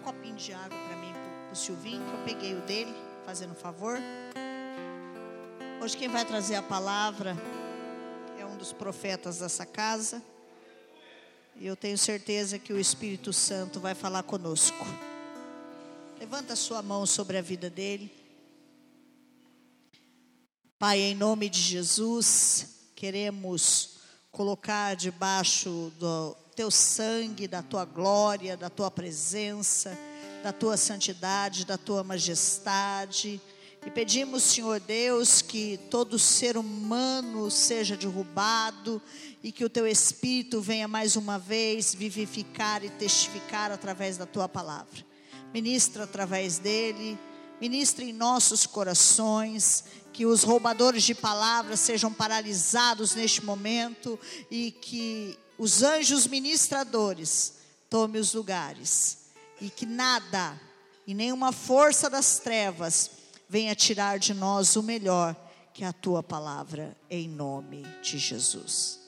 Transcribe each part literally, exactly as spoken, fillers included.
copinho de água para mim, para o Silvinho, que eu peguei o dele, fazendo um favor. Hoje quem vai trazer a palavra é um dos profetas dessa casa. E eu tenho certeza que o Espírito Santo vai falar conosco. Levanta a sua mão sobre a vida dele. Pai, em nome de Jesus, queremos colocar debaixo do teu sangue, da tua glória, da tua presença, da tua santidade, da tua majestade. E pedimos, Senhor Deus, que todo ser humano seja derrubado e que o teu Espírito venha mais uma vez vivificar e testificar através da tua palavra. Ministra através dele, ministra em nossos corações, que os roubadores de palavras sejam paralisados neste momento e que os anjos ministradores tomem os lugares e que nada e nenhuma força das trevas venha tirar de nós o melhor, que é a tua palavra, em nome de Jesus.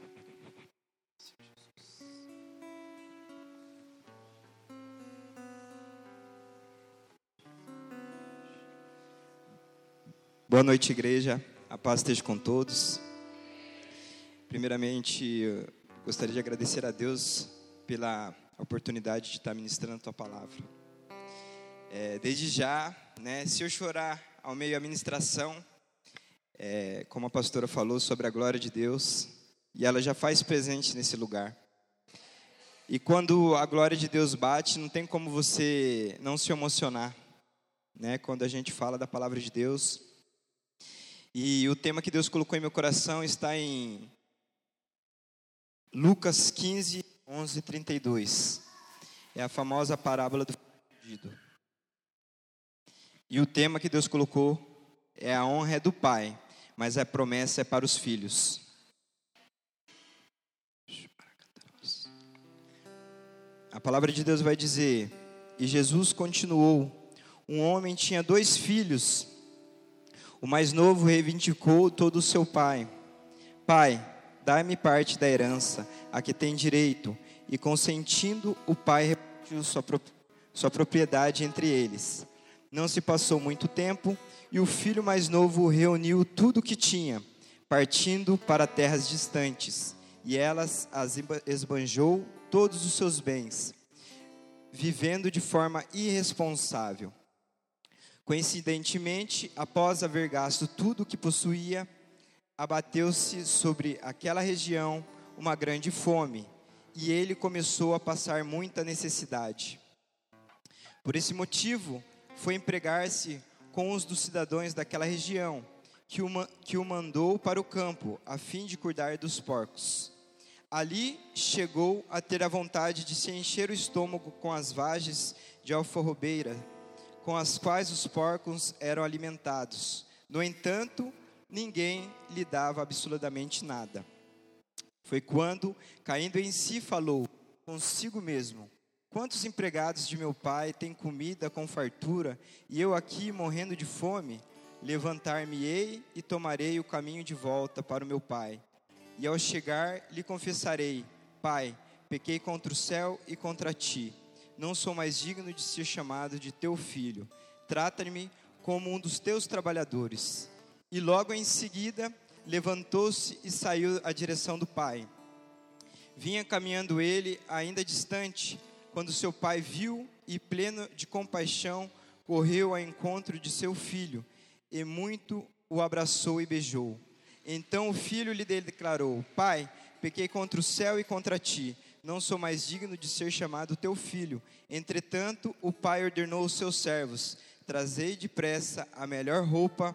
Boa noite, igreja. A paz esteja com todos. Primeiramente, eu gostaria de agradecer a Deus pela oportunidade de estar ministrando a tua palavra. É, desde já, né, se eu chorar ao meio da ministração, é, como a pastora falou sobre a glória de Deus, e ela já faz presente nesse lugar. E quando a glória de Deus bate, não tem como você não se emocionar, né, quando a gente fala da palavra de Deus. E o tema que Deus colocou em meu coração está em Lucas quinze, onze, trinta e dois. É a famosa parábola do perdido. E o tema que Deus colocou é a honra é do pai, mas a promessa é para os filhos. A palavra de Deus vai dizer: e Jesus continuou, um homem tinha dois filhos. O mais novo reivindicou todo o seu pai. Pai, dá-me parte da herança, a que tem direito. E consentindo, o pai repartiu sua, sua propriedade entre eles. Não se passou muito tempo, e o filho mais novo reuniu tudo o que tinha, partindo para terras distantes. E elas as esbanjou todos os seus bens, vivendo de forma irresponsável. Coincidentemente, após haver gasto tudo o que possuía, abateu-se sobre aquela região uma grande fome, e ele começou a passar muita necessidade. Por esse motivo, foi empregar-se com os dos cidadãos daquela região, que o, que o mandou para o campo, a fim de cuidar dos porcos. Ali chegou a ter a vontade de se encher o estômago com as vagens de alfarrobeira, com as quais os porcos eram alimentados. No entanto, ninguém lhe dava absolutamente nada. Foi quando, caindo em si, falou consigo mesmo: quantos empregados de meu pai têm comida com fartura, e eu aqui morrendo de fome? Levantar-me-ei e tomarei o caminho de volta para o meu pai. E ao chegar, lhe confessarei: Pai, pequei contra o céu e contra ti. Não sou mais digno de ser chamado de teu filho. Trata-me como um dos teus trabalhadores. E logo em seguida, levantou-se e saiu à direção do pai. Vinha caminhando ele, ainda distante, quando seu pai viu e, pleno de compaixão, correu ao encontro de seu filho, e muito o abraçou e beijou. Então o filho lhe declarou: Pai, pequei contra o céu e contra ti. Não sou mais digno de ser chamado teu filho. Entretanto, o pai ordenou aos seus servos: trazei depressa a melhor roupa,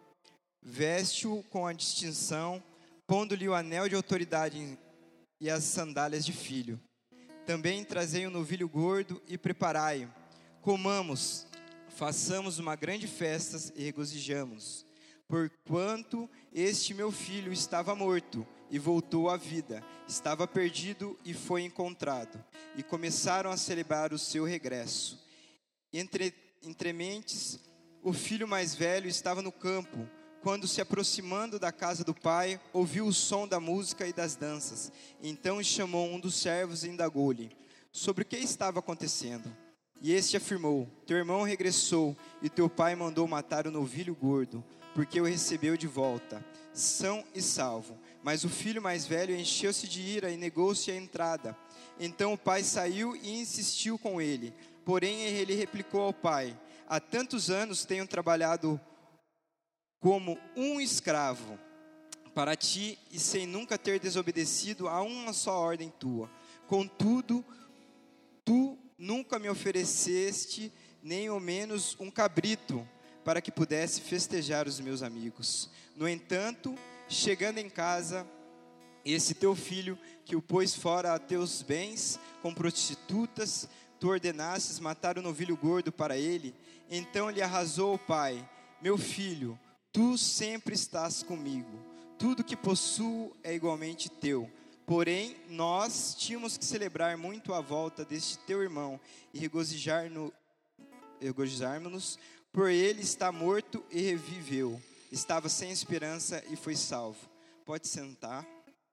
veste-o com a distinção, pondo-lhe o anel de autoridade e as sandálias de filho. Também trazei um novilho gordo e preparai-o. Comamos, façamos uma grande festa e regozijamos. Porquanto este meu filho estava morto e voltou à vida, estava perdido e foi encontrado. E começaram a celebrar o seu regresso. Entre, entre mentes, o filho mais velho estava no campo, quando, se aproximando da casa do pai, ouviu o som da música e das danças. Então chamou um dos servos e indagou-lhe sobre o que estava acontecendo. E este afirmou: teu irmão regressou, e teu pai mandou matar o novilho gordo, porque o recebeu de volta, são e salvo. Mas o filho mais velho encheu-se de ira e negou-se a entrada. Então o pai saiu e insistiu com ele. Porém ele replicou ao pai: há tantos anos tenho trabalhado como um escravo para ti, e sem nunca ter desobedecido a uma só ordem tua. Contudo, tu nunca me ofereceste nem ao menos um cabrito, para que pudesse festejar os meus amigos. No entanto, chegando em casa, esse teu filho, que o pôs fora a teus bens, com prostitutas, tu ordenastes matar o novilho gordo para ele. Então lhe arrasou o pai: meu filho, tu sempre estás comigo, tudo que possuo é igualmente teu. Porém, nós tínhamos que celebrar muito a volta deste teu irmão, e regozijar no, regozijarmos-nos, por ele está morto e reviveu, estava sem esperança e foi salvo. Pode sentar.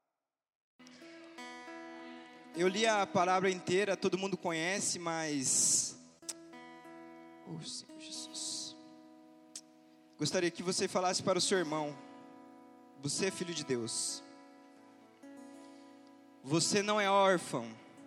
Eu li a palavra inteira, todo mundo conhece, mas... Oh, Senhor Jesus. Gostaria que você falasse para o seu irmão: você é filho de Deus. Você não é órfão.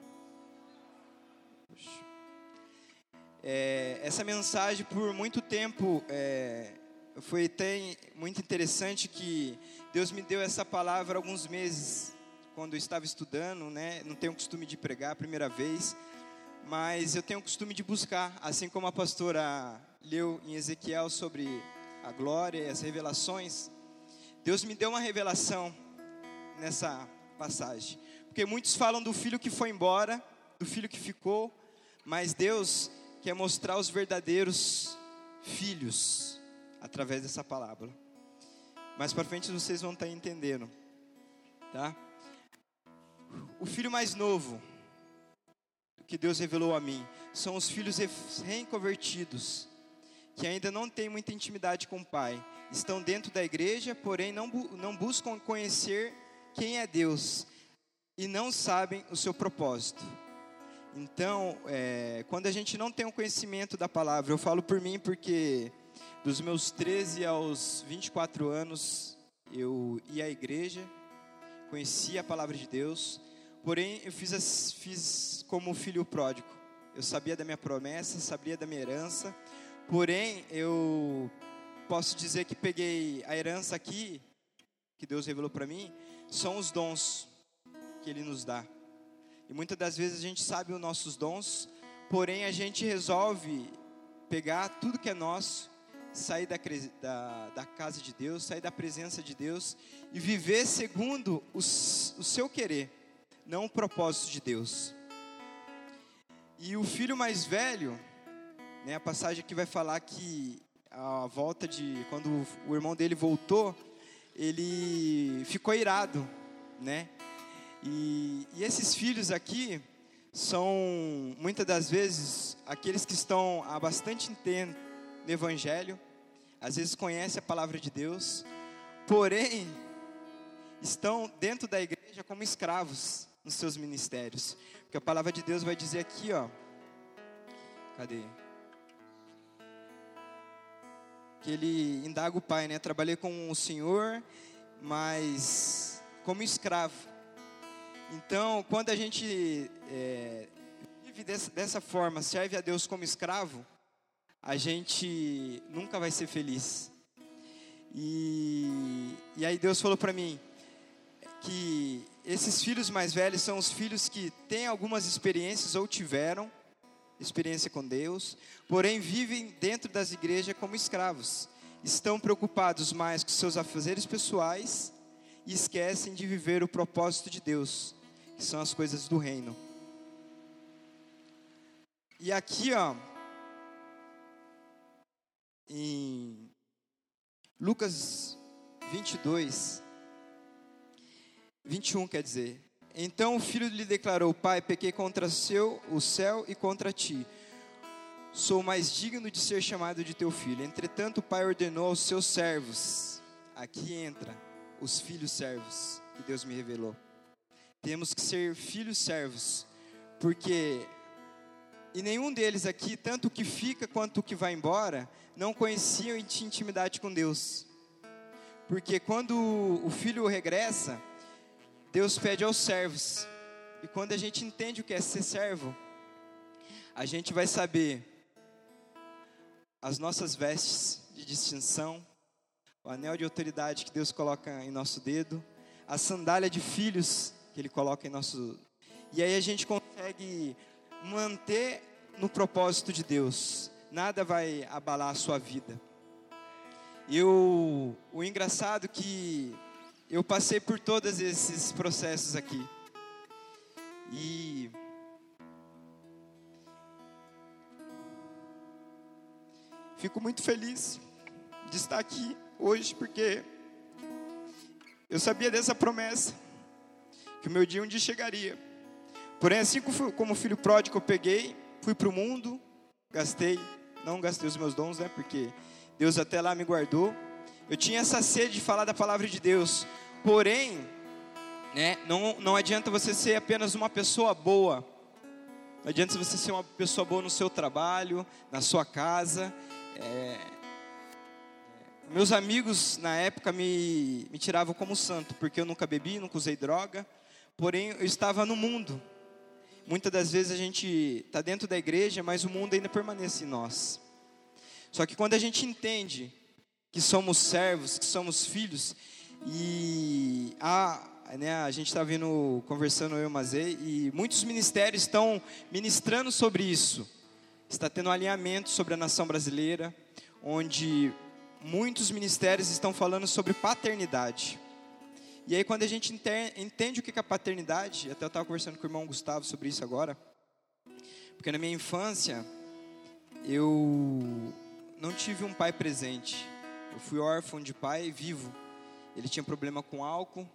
É, essa mensagem por muito tempo é, foi até muito interessante, que Deus me deu essa palavra há alguns meses, quando eu estava estudando, né? Não tenho o costume de pregar a primeira vez, mas eu tenho o costume de buscar, assim como a pastora leu em Ezequiel sobre a glória e as revelações. Deus me deu uma revelação nessa passagem, porque muitos falam do filho que foi embora, do filho que ficou, mas Deus quer mostrar os verdadeiros filhos através dessa palavra. Mais para frente vocês vão estar entendendo, tá? O filho mais novo que Deus revelou a mim são os filhos recém-convertidos, que ainda não têm muita intimidade com o pai, estão dentro da igreja, porém não, não buscam conhecer quem é Deus e não sabem o seu propósito. Então, é, quando a gente não tem um conhecimento da palavra, eu falo por mim, porque dos meus treze aos vinte e quatro anos, eu ia à igreja, conhecia a palavra de Deus, porém eu fiz, as, fiz como filho pródigo. Eu sabia da minha promessa, sabia da minha herança, porém eu posso dizer que peguei a herança aqui, que Deus revelou para mim, são os dons que Ele nos dá. E muitas das vezes a gente sabe os nossos dons, porém a gente resolve pegar tudo que é nosso, sair da, da, da casa de Deus, sair da presença de Deus e viver segundo o, o seu querer, não o propósito de Deus. E o filho mais velho, né, a passagem aqui vai falar que a volta de, quando o, o irmão dele voltou, ele ficou irado, né? E, e esses filhos aqui são, muitas das vezes, aqueles que estão há bastante tempo no Evangelho, às vezes conhecem a palavra de Deus, porém, estão dentro da igreja como escravos nos seus ministérios. Porque a palavra de Deus vai dizer aqui, ó, cadê? Que ele indaga o pai, né? Trabalhei com o Senhor, mas como escravo. Então, quando a gente é, vive dessa, dessa forma, serve a Deus como escravo, a gente nunca vai ser feliz. E, e aí Deus falou para mim que esses filhos mais velhos são os filhos que têm algumas experiências ou tiveram experiência com Deus, porém vivem dentro das igrejas como escravos. Estão preocupados mais com seus afazeres pessoais e esquecem de viver o propósito de Deus, que são as coisas do reino. E aqui, ó, em Lucas vinte e dois, vinte e um, quer dizer: então o filho lhe declarou: pai, pequei contra seu, o céu e contra ti. Sou mais digno de ser chamado de teu filho. Entretanto o pai ordenou aos seus servos. Aqui entra os filhos servos que Deus me revelou. Temos que ser filhos servos, porque e nenhum deles aqui, tanto o que fica quanto o que vai embora, não conheciam e tinham intimidade com Deus. Porque quando o filho regressa, Deus pede aos servos. E quando a gente entende o que é ser servo, a gente vai saber as nossas vestes de distinção, o anel de autoridade que Deus coloca em nosso dedo, a sandália de filhos que Ele coloca em nosso... E aí a gente consegue manter no propósito de Deus. Nada vai abalar a sua vida. E o, o engraçado é que eu passei por todos esses processos aqui. E fico muito feliz de estar aqui hoje, porque eu sabia dessa promessa, que o meu dia um dia chegaria. Porém, assim como filho pródigo, eu peguei, fui para o mundo, gastei, não gastei os meus dons, né, porque Deus até lá me guardou. Eu tinha essa sede de falar da palavra de Deus, porém, né, não, não adianta você ser apenas uma pessoa boa, não adianta você ser uma pessoa boa no seu trabalho, na sua casa. É, meus amigos na época me, me tiravam como santo, porque eu nunca bebi, nunca usei droga, porém eu estava no mundo. Muitas das vezes a gente está dentro da igreja, mas o mundo ainda permanece em nós. Só que quando a gente entende que somos servos, que somos filhos, e a, né, a gente está vindo conversando eu e o Mazei, e muitos ministérios estão ministrando sobre isso. Está tendo um alinhamento sobre a nação brasileira, onde muitos ministérios estão falando sobre paternidade. E aí quando a gente entende o que é a paternidade, até eu estava conversando com o irmão Gustavo sobre isso agora, porque na minha infância, eu não tive um pai presente. Eu fui órfão de pai vivo. Ele tinha problema com álcool.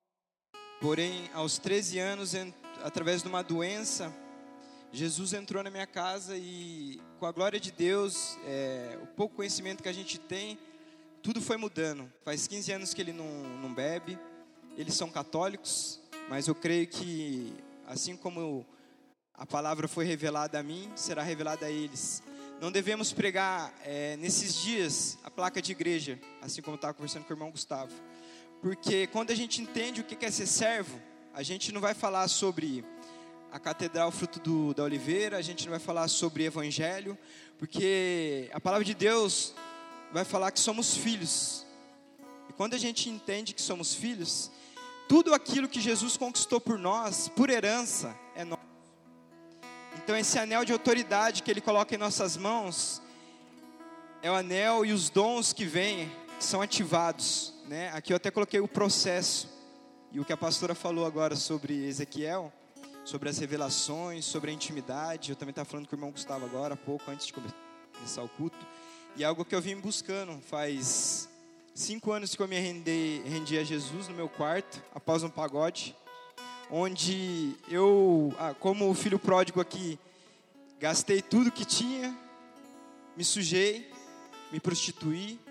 Porém, aos treze anos, através de uma doença, Jesus entrou na minha casa e, com a glória de Deus, é, o pouco conhecimento que a gente tem, tudo foi mudando. Faz quinze anos que ele não, não bebe. Eles são católicos, mas eu creio que, assim como a palavra foi revelada a mim, será revelada a eles. Não devemos pregar é, nesses dias a placa de igreja, assim como eu estava conversando com o irmão Gustavo. Porque quando a gente entende o que é ser servo, a gente não vai falar sobre a Catedral Fruto do, da Oliveira, a gente não vai falar sobre Evangelho, porque a palavra de Deus vai falar que somos filhos. E quando a gente entende que somos filhos, tudo aquilo que Jesus conquistou por nós, por herança, é nosso. Então esse anel de autoridade que Ele coloca em nossas mãos, é o anel e os dons que vêm, que são ativados, né? Aqui eu até coloquei o processo, e o que a pastora falou agora sobre Ezequiel, sobre as revelações, sobre a intimidade. Eu também estava falando com o irmão Gustavo agora, há pouco, antes de começar o culto. E é algo que eu vim buscando faz cinco anos que eu me rendi, rendi a Jesus no meu quarto, após um pagode, onde eu, ah, como o filho pródigo aqui, gastei tudo que tinha, me sujei, me prostituí.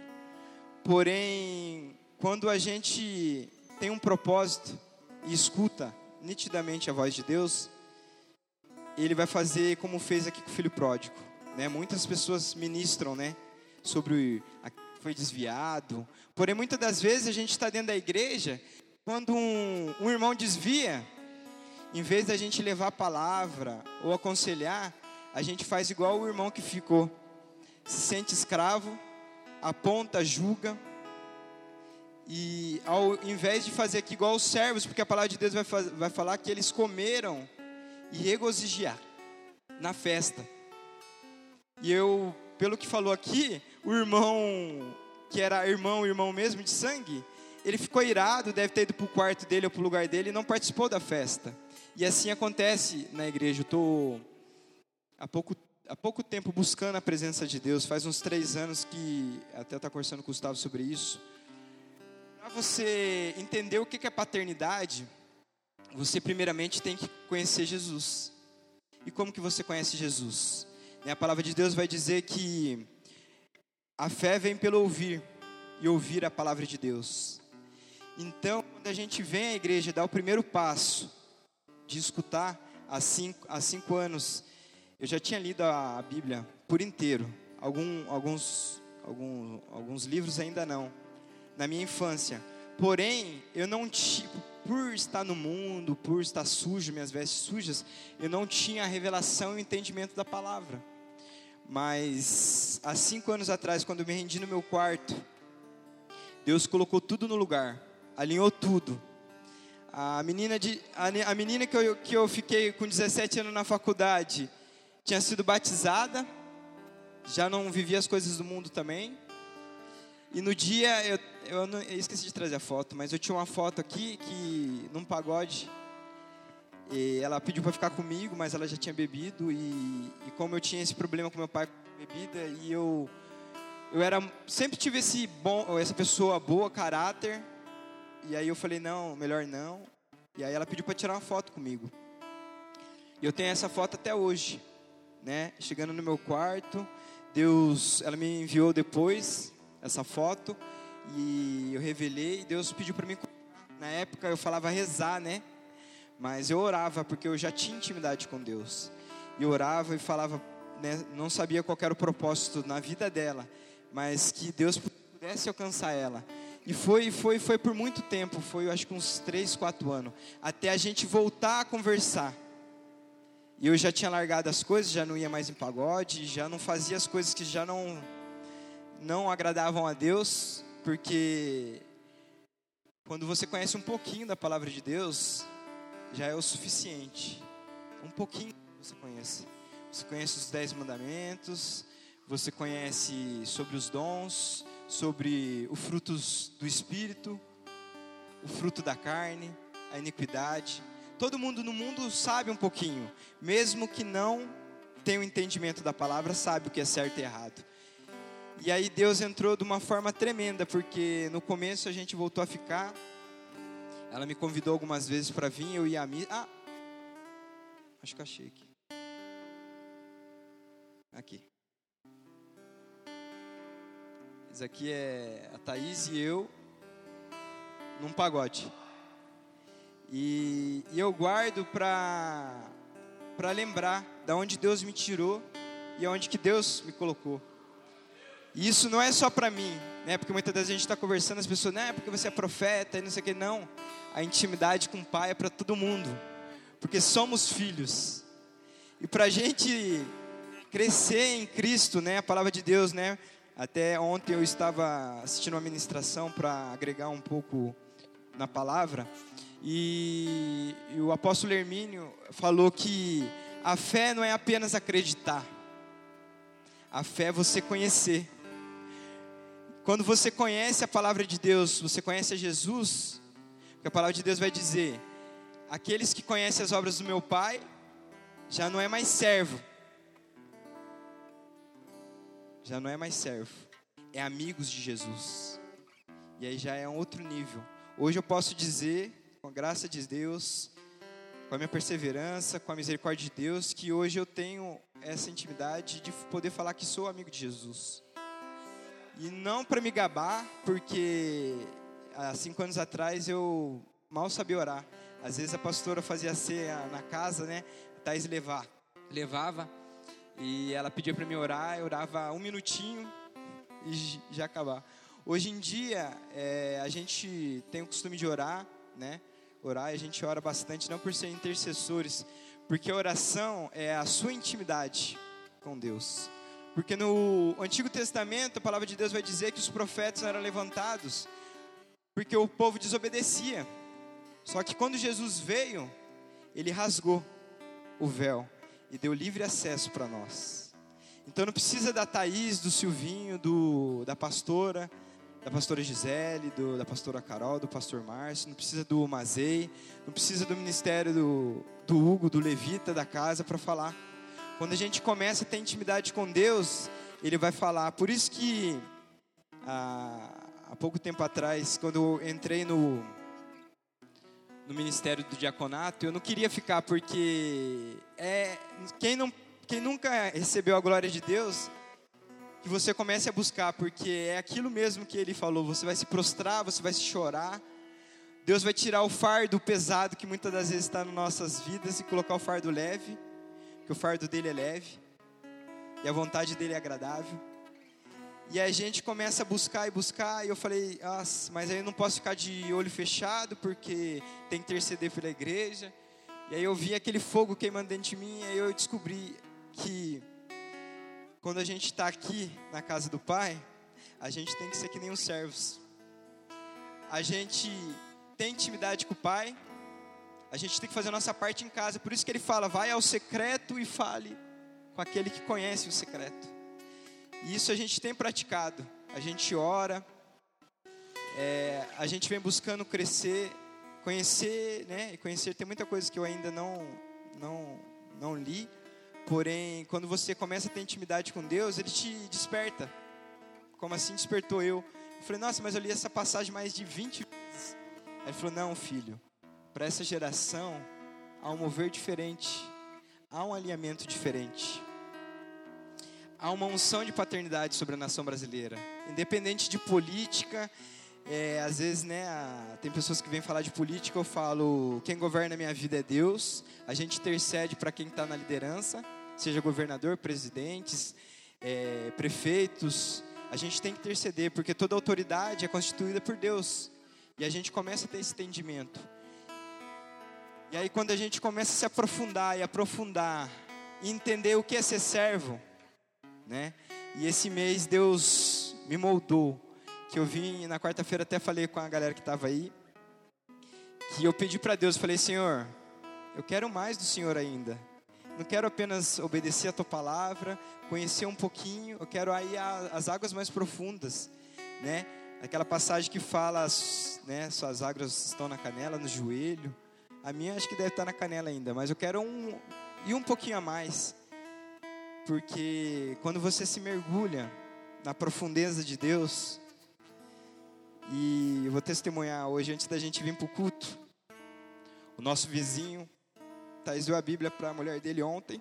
Porém, quando a gente tem um propósito e escuta nitidamente a voz de Deus, Ele vai fazer como fez aqui com o filho pródigo, né? Muitas pessoas ministram, né, sobre a, foi desviado. Porém, muitas das vezes a gente está dentro da igreja, quando um, um irmão desvia, em vez da gente levar a palavra ou aconselhar, a gente faz igual o irmão que ficou, se sente escravo, aponta, julga. E ao invés de fazer aqui igual os servos, porque a palavra de Deus vai, vai falar que eles comeram e regozijar na festa. E eu, pelo que falou aqui, o irmão, que era irmão, irmão mesmo de sangue, ele ficou irado, deve ter ido para o quarto dele ou para o lugar dele e não participou da festa. E assim acontece na igreja. Eu estou há pouco, há pouco tempo buscando a presença de Deus, faz uns três anos que, até eu estava conversando com o Gustavo sobre isso. Para você entender o que é paternidade, você primeiramente tem que conhecer Jesus. E como que você conhece Jesus? A palavra de Deus vai dizer que a fé vem pelo ouvir, e ouvir a palavra de Deus. Então, quando a gente vem à igreja, dá o primeiro passo de escutar, há cinco, há cinco anos, eu já tinha lido a Bíblia por inteiro. Algum, alguns, algum, alguns livros ainda não, na minha infância. Porém, eu não tinha, por estar no mundo, por estar sujo, minhas vestes sujas, eu não tinha a revelação e o entendimento da palavra. Mas, há cinco anos atrás, quando eu me rendi no meu quarto, Deus colocou tudo no lugar, alinhou tudo. A menina, de, a, a menina que, eu, que eu fiquei com dezessete anos na faculdade, tinha sido batizada, já não vivia as coisas do mundo também. E no dia, eu, eu, não, eu esqueci de trazer a foto, mas eu tinha uma foto aqui, que num pagode, e ela pediu para ficar comigo, mas ela já tinha bebido, e, e como eu tinha esse problema com meu pai com bebida, e eu, eu era, sempre tive esse bom, essa pessoa boa, caráter, e aí eu falei, não, melhor não, e aí ela pediu para tirar uma foto comigo, e eu tenho essa foto até hoje, né, chegando no meu quarto, Deus, ela me enviou depois essa foto, e eu revelei, e Deus pediu para mim, na época eu falava rezar, né, mas eu orava, porque eu já tinha intimidade com Deus, e eu orava e falava, né, não sabia qual era o propósito na vida dela, mas que Deus pudesse alcançar ela, e foi, foi, foi por muito tempo, foi eu acho que uns três, quatro anos, até a gente voltar a conversar, e eu já tinha largado as coisas, já não ia mais em pagode, já não fazia as coisas que já não, não agradavam a Deus, porque quando você conhece um pouquinho da palavra de Deus, já é o suficiente, um pouquinho você conhece, você conhece os dez mandamentos, você conhece sobre os dons, sobre os frutos do Espírito, o fruto da carne, a iniquidade. Todo mundo no mundo sabe um pouquinho, mesmo que não tenha o entendimento da palavra, sabe o que é certo e errado. E aí Deus entrou de uma forma tremenda, porque no começo a gente voltou a ficar, ela me convidou algumas vezes para vir, eu ia a missa, ah, acho que achei aqui, aqui, isso aqui é a Thaís e eu, num pagode. E, e eu guardo para para lembrar da onde Deus me tirou e aonde que Deus me colocou. E isso não é só para mim, né? Porque muitas vezes a gente está conversando, as pessoas, não é porque você é profeta e não sei o que, não. A intimidade com o Pai é para todo mundo, porque somos filhos. E para a gente crescer em Cristo, né? A palavra de Deus, né? Até ontem eu estava assistindo uma ministração para agregar um pouco na palavra. E, e o apóstolo Hermínio falou que a fé não é apenas acreditar, a fé é você conhecer. Quando você conhece a palavra de Deus, você conhece a Jesus, porque a palavra de Deus vai dizer, aqueles que conhecem as obras do meu Pai, já não é mais servo, já não é mais servo, é amigos de Jesus, e aí já é um outro nível. Hoje eu posso dizer, com a graça de Deus, com a minha perseverança, com a misericórdia de Deus, que hoje eu tenho essa intimidade de poder falar que sou amigo de Jesus. E não para me gabar, porque há cinco anos atrás eu mal sabia orar. Às vezes a pastora fazia ceia na casa, né? A Thaís levar, levava, e ela pedia para mim orar, eu orava um minutinho e já acabava. Hoje em dia, é, a gente tem o costume de orar, né? Orar, e a gente ora bastante, não por ser intercessores, porque a oração é a sua intimidade com Deus. Porque no Antigo Testamento, a palavra de Deus vai dizer que os profetas eram levantados, porque o povo desobedecia. Só que quando Jesus veio, ele rasgou o véu e deu livre acesso para nós. Então não precisa da Thaís, do Silvinho, do, da pastora, da pastora Gisele, do, da pastora Carol, do pastor Márcio, não precisa do Mazei, não precisa do ministério do, do Hugo, do Levita, da casa para falar. Quando a gente começa a ter intimidade com Deus, Ele vai falar. Por isso que há, há pouco tempo atrás, quando eu entrei no, no ministério do diaconato, eu não queria ficar, porque é, quem, não, quem nunca recebeu a glória de Deus, que você comece a buscar, porque é aquilo mesmo que Ele falou, você vai se prostrar, você vai se chorar, Deus vai tirar o fardo pesado que muitas das vezes está nas nossas vidas e colocar o fardo leve, que o fardo dele é leve e a vontade dele é agradável. E a gente começa a buscar e buscar, e eu falei, nossa, mas aí eu não posso ficar de olho fechado, porque tem que interceder pela igreja. E aí eu vi aquele fogo queimando dentro de mim, e aí eu descobri que quando a gente está aqui na casa do Pai, a gente tem que ser que nem os servos. A gente tem intimidade com o Pai, a gente tem que fazer a nossa parte em casa. Por isso que ele fala, vai ao secreto e fale com aquele que conhece o secreto. E isso a gente tem praticado. A gente ora, é, a gente vem buscando crescer, conhecer, né? E conhecer, tem muita coisa que eu ainda não, não, não li. Porém, quando você começa a ter intimidade com Deus, Ele te desperta. Como assim despertou eu? Eu falei, nossa, mas eu li essa passagem mais de vinte vezes. Aí ele falou, não, filho, para essa geração há um mover diferente, há um alinhamento diferente. Há uma unção de paternidade sobre a nação brasileira. Independente de política, é, às vezes, né, a, tem pessoas que vêm falar de política, eu falo, quem governa a minha vida é Deus. A gente intercede para quem está na liderança, seja governador, presidentes, é, prefeitos. A gente tem que interceder, porque toda autoridade é constituída por Deus. E a gente começa a ter esse entendimento. E aí quando a gente começa a se aprofundar e aprofundar, e entender o que é ser servo, né? E esse mês Deus me moldou, que eu vim na quarta-feira, até falei com a galera que estava aí, que eu pedi para Deus, falei, Senhor, eu quero mais do Senhor ainda, não quero apenas obedecer a Tua palavra, conhecer um pouquinho, eu quero aí as águas mais profundas, né? Aquela passagem que fala, né, suas águas estão na canela, no joelho, a minha acho que deve estar na canela ainda, mas eu quero um, ir um pouquinho a mais. Porque quando você se mergulha na profundeza de Deus, e eu vou testemunhar hoje, antes da gente vir para o culto, o nosso vizinho, Thaís deu a Bíblia para a mulher dele ontem,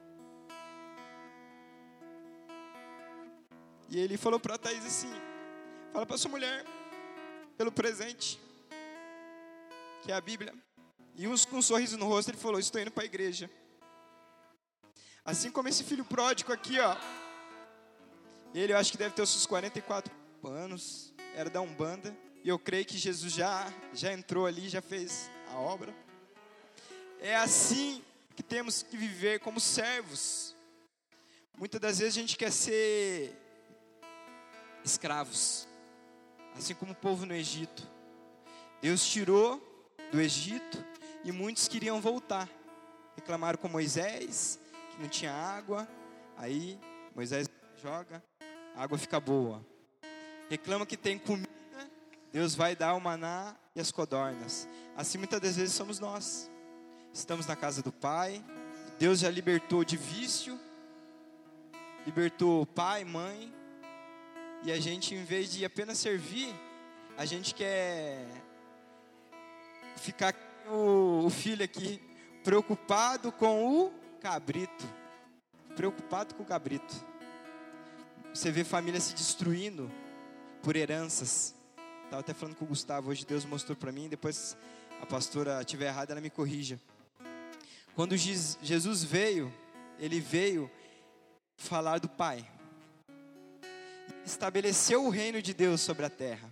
e ele falou para a Thaís assim, fala para sua mulher, pelo presente, que é a Bíblia, e uns com um sorriso no rosto, ele falou, estou indo para a igreja. Assim como esse filho pródigo aqui, ó. Ele, eu acho que deve ter os seus quarenta e quatro anos. Era da Umbanda. E eu creio que Jesus já, já entrou ali, já fez a obra. É assim que temos que viver como servos. Muitas das vezes a gente quer ser escravos. Assim como o povo no Egito. Deus tirou do Egito e muitos queriam voltar. Reclamaram com Moisés, que não tinha água, aí Moisés joga, a água fica boa. Reclama que tem comida, Deus vai dar o maná e as codornas. Assim muitas das vezes somos nós. Estamos na casa do Pai, Deus já libertou de vício, libertou pai, mãe, e a gente, em vez de apenas servir, a gente quer ficar o, o filho aqui, preocupado com o cabrito, preocupado com o cabrito. Você vê família se destruindo por heranças. Estava até falando com o Gustavo, hoje Deus mostrou para mim, depois a pastora estiver errada, ela me corrija. Quando Jesus veio, Ele veio falar do Pai. Estabeleceu o reino de Deus sobre a terra.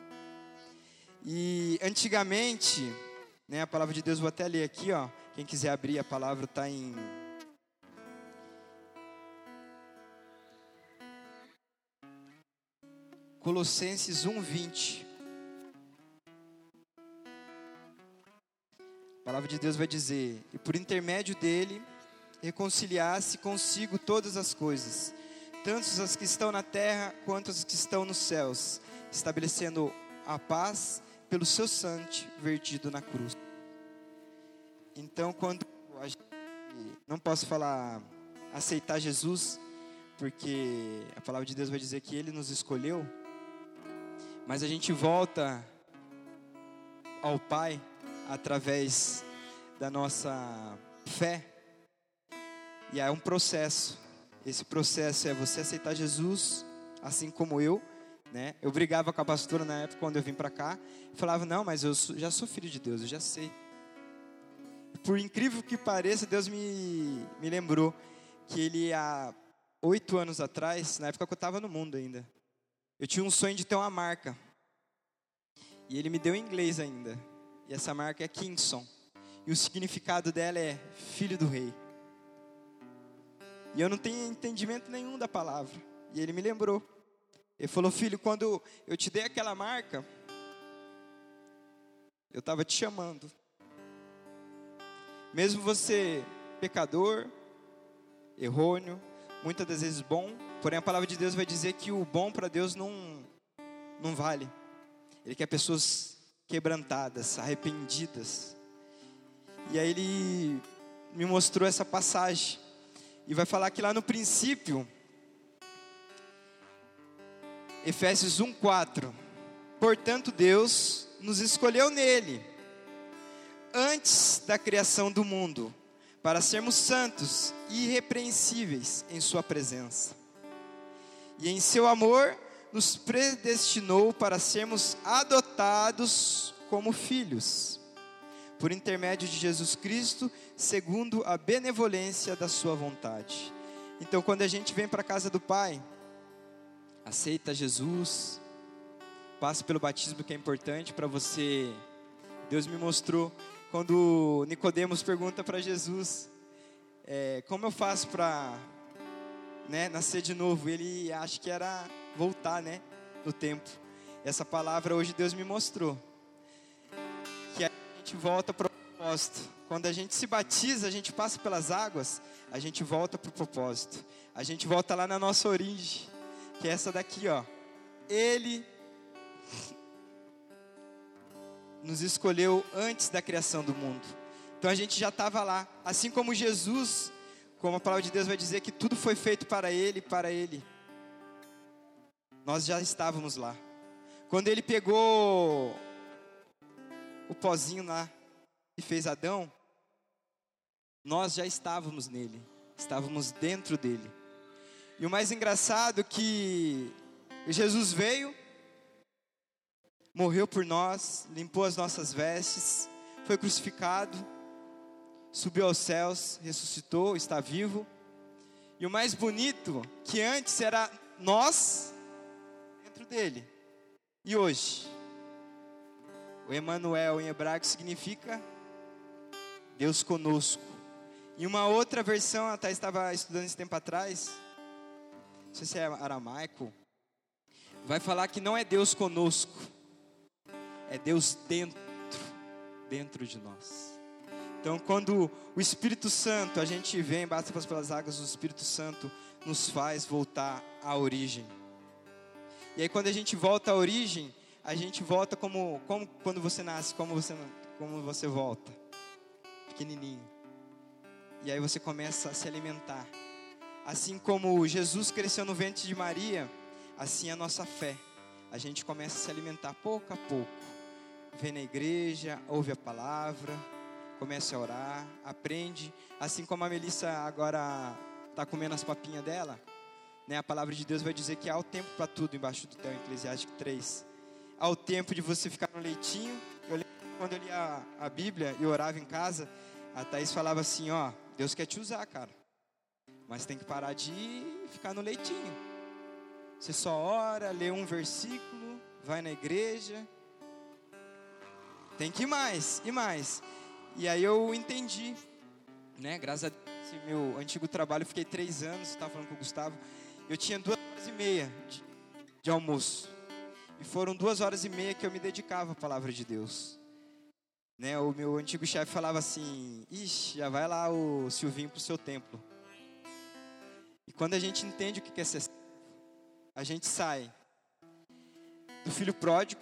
E antigamente, né, a palavra de Deus, vou até ler aqui, ó. Quem quiser abrir a palavra, está em Colossenses um, vinte. A palavra de Deus vai dizer, e por intermédio dele, reconciliar-se consigo todas as coisas, tanto as que estão na terra, quanto as que estão nos céus, estabelecendo a paz pelo seu sangue vertido na cruz. Então, quando a gente, não posso falar aceitar Jesus, porque a palavra de Deus vai dizer que Ele nos escolheu, mas a gente volta ao Pai através da nossa fé, e é um processo. Esse processo é você aceitar Jesus, assim como eu, né? Eu brigava com a pastora na época quando eu vim para cá, eu falava, não, mas eu sou, já sou filho de Deus, eu já sei. por incrível que pareça, Deus me, me lembrou que Ele, há oito anos atrás, na época que eu estava no mundo ainda, eu tinha um sonho de ter uma marca. E Ele me deu em inglês ainda. E essa marca é Kingston. E o significado dela é Filho do Rei. E eu não tenho entendimento nenhum da palavra. E Ele me lembrou. Ele falou: filho, quando eu te dei aquela marca, eu estava te chamando. Mesmo você pecador, errôneo, muitas das vezes bom, porém a palavra de Deus vai dizer que o bom para Deus não, não vale. Ele quer pessoas quebrantadas, arrependidas. E aí Ele me mostrou essa passagem. E vai falar que lá no princípio, Efésios um, quatro. Portanto, Deus nos escolheu nele, antes da criação do mundo, para sermos santos e irrepreensíveis em sua presença. E em seu amor, nos predestinou para sermos adotados como filhos, por intermédio de Jesus Cristo, segundo a benevolência da sua vontade. Então, quando a gente vem para a casa do Pai, aceita Jesus, passa pelo batismo, que é importante para você. Deus me mostrou, quando Nicodemos pergunta para Jesus, é, como eu faço para, né, nascer de novo? Ele acha que era voltar, né, no tempo. Essa palavra hoje Deus me mostrou, que a gente volta para o propósito. Quando a gente se batiza, a gente passa pelas águas, a gente volta para o propósito. A gente volta lá na nossa origem, que é essa daqui, ó. Ele nos escolheu antes da criação do mundo. Então a gente já estava lá. Assim como Jesus, como a palavra de Deus vai dizer que tudo foi feito para Ele, para Ele. Nós já estávamos lá. Quando Ele pegou o pozinho lá e fez Adão, nós já estávamos nele. Estávamos dentro dele. E o mais engraçado é que Jesus veio, morreu por nós, limpou as nossas vestes, foi crucificado, subiu aos céus, ressuscitou, está vivo. E o mais bonito, que antes era nós dentro dele. E hoje, o Emanuel em hebraico significa Deus conosco. Em uma outra versão, até estava estudando esse tempo atrás, não sei se é aramaico, vai falar que não é Deus conosco, é Deus dentro, dentro de nós. Então, quando o Espírito Santo, a gente vem, basta passar pelas águas, o Espírito Santo nos faz voltar à origem. E aí, quando a gente volta à origem, a gente volta como, como quando você nasce, como você, como você volta, pequenininho. E aí você começa a se alimentar. Assim como Jesus cresceu no ventre de Maria, assim é a nossa fé. A gente começa a se alimentar pouco a pouco. Vem na igreja, ouve a palavra, começa a orar, aprende. Assim como a Melissa agora está comendo as papinhas dela, né? A palavra de Deus vai dizer que há o tempo para tudo embaixo do céu, em Eclesiastes três. Há o tempo de você ficar no leitinho. Eu lembro quando eu lia a, a Bíblia e orava em casa, a Thaís falava assim, ó, Deus quer te usar, cara, mas tem que parar de ficar no leitinho. Você só ora, lê um versículo, vai na igreja, tem que ir mais, e mais. E aí eu entendi, né, graças a Deus, esse meu antigo trabalho, eu fiquei três anos, estava falando com o Gustavo, eu tinha duas horas e meia de, de almoço, e foram duas horas e meia que eu me dedicava à palavra de Deus. Né, o meu antigo chefe falava assim, ixi, já vai lá o Silvinho para o seu templo. E quando a gente entende o que é ser, a gente sai do filho pródigo,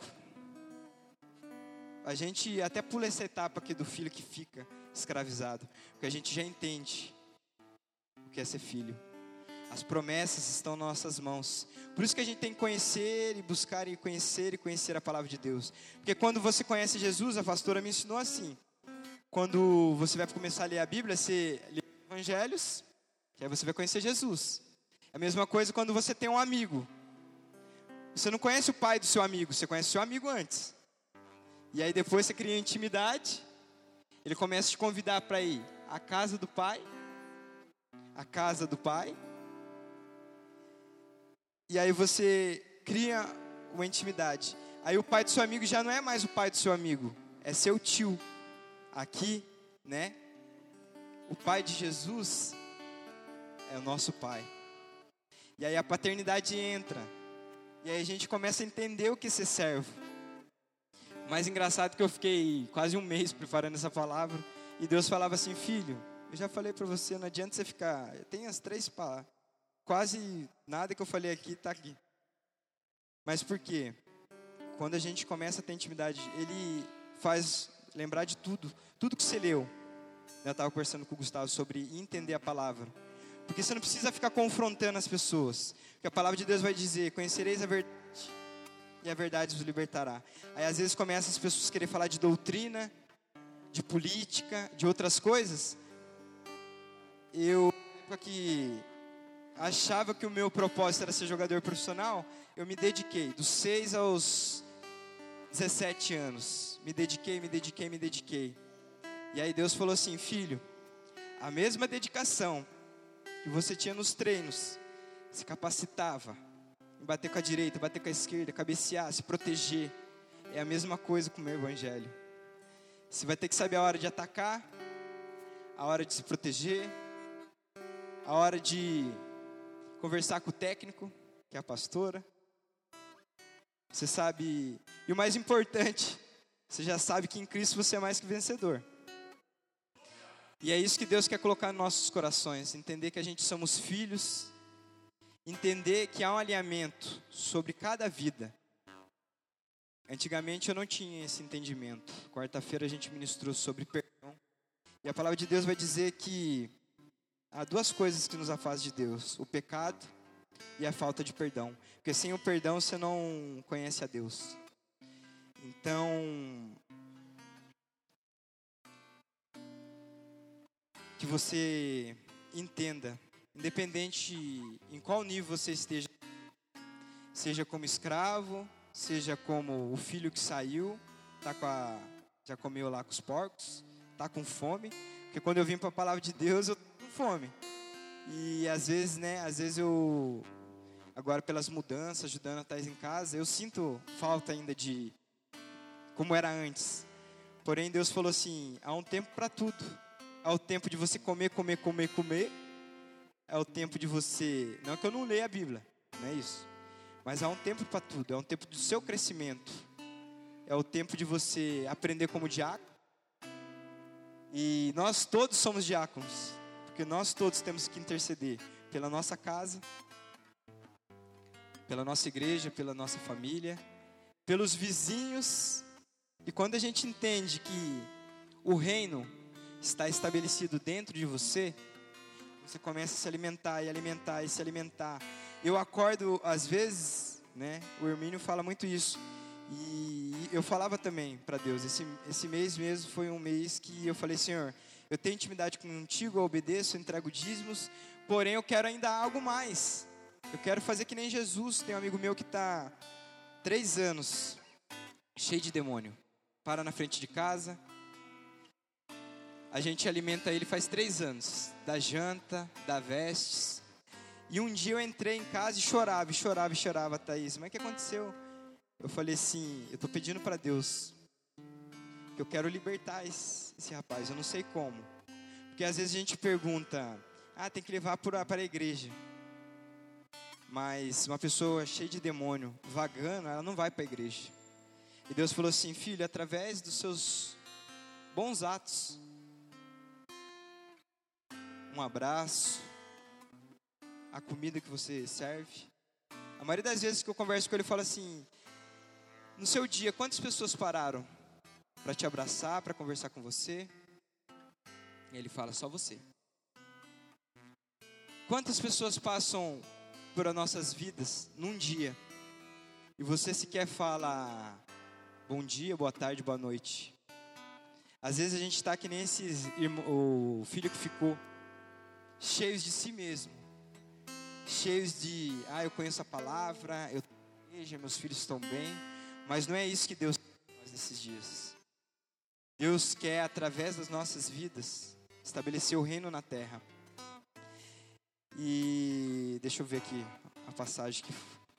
a gente até pula essa etapa aqui do filho que fica escravizado, porque a gente já entende o que é ser filho. As promessas estão nas nossas mãos. Por isso que a gente tem que conhecer e buscar e conhecer e conhecer a palavra de Deus. Porque quando você conhece Jesus, a pastora me ensinou assim. Quando você vai começar a ler a Bíblia, você lê os evangelhos, que aí você vai conhecer Jesus. É a mesma coisa quando você tem um amigo. Você não conhece o pai do seu amigo, você conhece o seu amigo antes. E aí depois você cria intimidade. Ele começa a te convidar para ir à casa do pai, à casa do pai. E aí você cria uma intimidade. Aí o pai do seu amigo já não é mais o pai do seu amigo, é seu tio. Aqui, né? O pai de Jesus é o nosso pai. E aí a paternidade entra. E aí a gente começa a entender o que é ser servo. Mais engraçado que eu fiquei quase um mês preparando essa palavra. E Deus falava assim: filho, eu já falei para você, não adianta você ficar... Tem as três palavras. Quase nada que eu falei aqui está aqui. Mas por quê? Quando a gente começa a ter intimidade, Ele faz lembrar de tudo. Tudo que você leu. Eu estava conversando com o Gustavo sobre entender a palavra. Porque você não precisa ficar confrontando as pessoas. Porque a palavra de Deus vai dizer: conhecereis a verdade e a verdade vos libertará. Aí às vezes começam as pessoas a querer falar de doutrina, de política, de outras coisas. Eu, na época que achava que o meu propósito era ser jogador profissional, eu me dediquei, dos seis aos dezessete anos. Me dediquei, me dediquei, me dediquei. E aí Deus falou assim: filho, a mesma dedicação que você tinha nos treinos, se capacitava em bater com a direita, bater com a esquerda, cabecear, se proteger, é a mesma coisa com o meu evangelho. Você vai ter que saber a hora de atacar, a hora de se proteger, a hora de conversar com o técnico, que é a pastora. Você sabe, e o mais importante, você já sabe que em Cristo você é mais que vencedor. E é isso que Deus quer colocar nos nossos corações, entender que a gente somos filhos, entender que há um alinhamento sobre cada vida. Antigamente eu não tinha esse entendimento. Quarta-feira a gente ministrou sobre perdão. E a palavra de Deus vai dizer que há duas coisas que nos afastam de Deus: o pecado e a falta de perdão. Porque sem o perdão você não conhece a Deus. Então, que você entenda, independente em qual nível você esteja, seja como escravo, seja como o filho que saiu, tá com a, já comeu lá com os porcos, tá com fome, porque quando eu vim para a palavra de Deus eu tô com fome. E às vezes, né, às vezes eu, agora pelas mudanças, ajudando a Thais em casa, eu sinto falta ainda de como era antes. Porém Deus falou assim: há um tempo para tudo. Há o tempo de você comer, comer, comer, comer. É o tempo de você... Não que eu não leia a Bíblia, não é isso. Mas há um tempo para tudo. É um tempo do seu crescimento. É o tempo de você aprender como diácono. E nós todos somos diáconos. Porque nós todos temos que interceder pela nossa casa, pela nossa igreja, pela nossa família, pelos vizinhos. E quando a gente entende que o reino está estabelecido dentro de você, você começa a se alimentar e alimentar e se alimentar. Eu acordo às vezes, né? O Hermínio fala muito isso. E eu falava também para Deus. Esse, esse mês mesmo foi um mês que eu falei: Senhor, eu tenho intimidade contigo, eu obedeço, eu entrego dízimos, porém eu quero ainda algo mais. Eu quero fazer que nem Jesus. Tem um amigo meu que está três anos cheio de demônio. Para na frente de casa. A gente alimenta ele faz três anos. Dá janta, dá vestes. E um dia eu entrei em casa e chorava, e chorava, e chorava, Thaís. Mas o que aconteceu? Eu falei assim: eu estou pedindo para Deus que eu quero libertar esse, esse rapaz. Eu não sei como. Porque às vezes a gente pergunta: ah, tem que levar para a igreja. Mas uma pessoa cheia de demônio, vagando, ela não vai para a igreja. E Deus falou assim: filho, através dos seus bons atos, um abraço, a comida que você serve. A maioria das vezes que eu converso com ele, eu falo assim: no seu dia, quantas pessoas pararam para te abraçar, para conversar com você? E ele fala: só você. Quantas pessoas passam por as nossas vidas num dia e você sequer fala bom dia, boa tarde, boa noite? Às vezes a gente está que nem esse irmão, o filho que ficou, cheios de si mesmo, cheios de, ah, eu conheço a palavra, eu tenho igreja, meus filhos estão bem, mas não é isso que Deus faz nesses dias. Deus quer, através das nossas vidas, estabelecer o reino na terra. E deixa eu ver aqui a passagem que...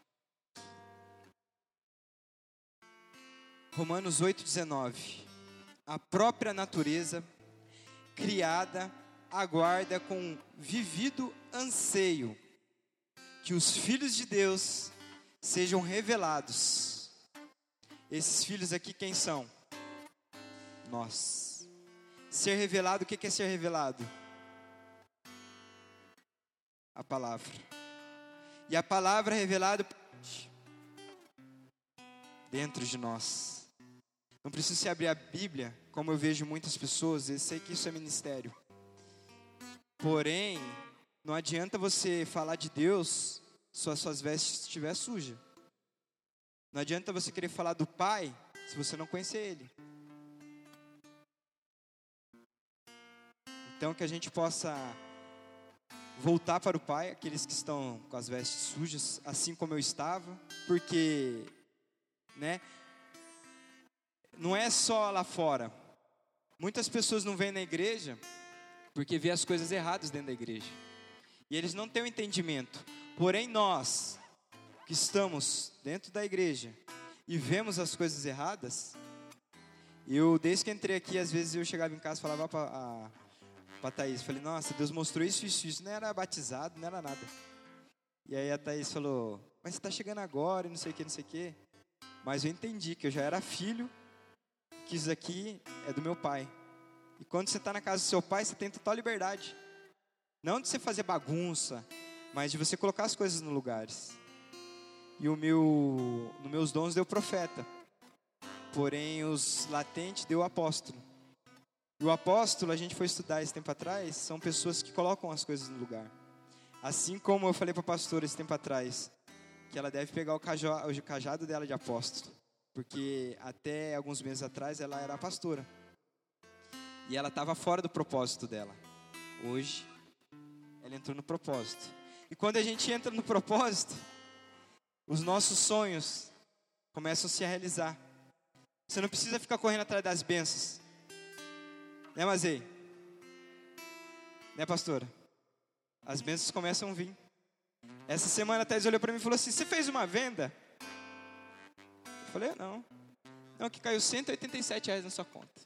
Romanos oito, dezenove. A própria natureza, criada, aguarda com vivido anseio que os filhos de Deus sejam revelados. Esses filhos aqui quem são? Nós. Ser revelado, o que é ser revelado? A palavra. E a palavra revelada dentro de nós. Não precisa se abrir a Bíblia, como eu vejo muitas pessoas, eu sei que isso é ministério. Porém, não adianta você falar de Deus se as suas vestes estiver sujas. Não adianta você querer falar do Pai se você não conhecer Ele. Então que a gente possa voltar para o Pai, aqueles que estão com as vestes sujas, assim como eu estava, porque, né, não é só lá fora. Muitas pessoas não vêm na igreja porque vê as coisas erradas dentro da igreja. E eles não têm o entendimento. Porém nós, que estamos dentro da igreja e vemos as coisas erradas, eu desde que entrei aqui, às vezes eu chegava em casa e falava para a para Thaís, falei, nossa, Deus mostrou isso, isso, isso, não era batizado, não era nada. E aí a Thaís falou, mas você está chegando agora, e não sei o que, não sei o que. Mas eu entendi que eu já era filho, que isso aqui é do meu pai. E quando você está na casa do seu pai, você tem total liberdade. Não de você fazer bagunça, mas de você colocar as coisas no lugares. E o meu, nos meus dons deu profeta, porém os latentes deu apóstolo. E o apóstolo, a gente foi estudar esse tempo atrás, são pessoas que colocam as coisas no lugar. Assim como eu falei para a pastora esse tempo atrás, que ela deve pegar o cajado, o cajado dela de apóstolo. Porque até alguns meses atrás ela era pastora. E ela estava fora do propósito dela. Hoje, ela entrou no propósito. E quando a gente entra no propósito, os nossos sonhos começam a se realizar. Você não precisa ficar correndo atrás das bênçãos. Né, Mazei? Né, pastora? As bênçãos começam a vir. Essa semana a Thais olhou para mim e falou assim, você fez uma venda? Eu falei, não. Não, que caiu cento e oitenta e sete reais na sua conta.